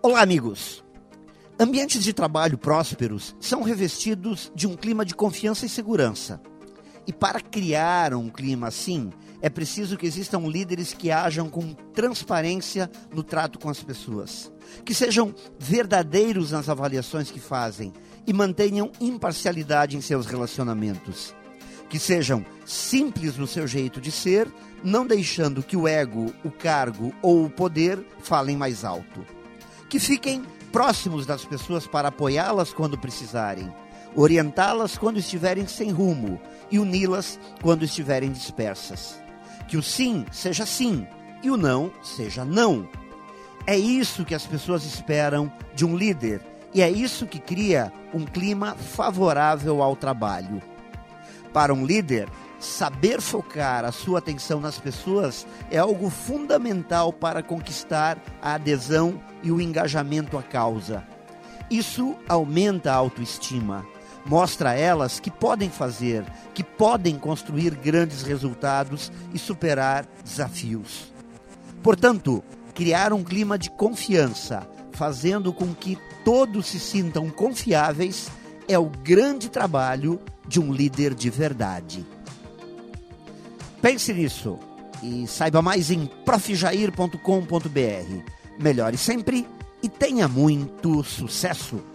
Olá, amigos! Ambientes de trabalho prósperos são revestidos de um clima de confiança e segurança. E para criar um clima assim, é preciso que existam líderes que ajam com transparência no trato com as pessoas, que sejam verdadeiros nas avaliações que fazem e mantenham imparcialidade em seus relacionamentos, que sejam simples no seu jeito de ser, não deixando que o ego, o cargo ou o poder falem mais alto, que fiquem próximos das pessoas para apoiá-las quando precisarem, orientá-las quando estiverem sem rumo e uni-las quando estiverem dispersas. Que o sim seja sim e o não seja não. É isso que as pessoas esperam de um líder e é isso que cria um clima favorável ao trabalho. Para um líder, saber focar a sua atenção nas pessoas é algo fundamental para conquistar a adesão e o engajamento à causa. Isso aumenta a autoestima, mostra a elas que podem fazer, que podem construir grandes resultados e superar desafios. Portanto, criar um clima de confiança, fazendo com que todos se sintam confiáveis, é o grande trabalho de um líder de verdade. Pense nisso e saiba mais em profjair.com.br. Melhore sempre e tenha muito sucesso!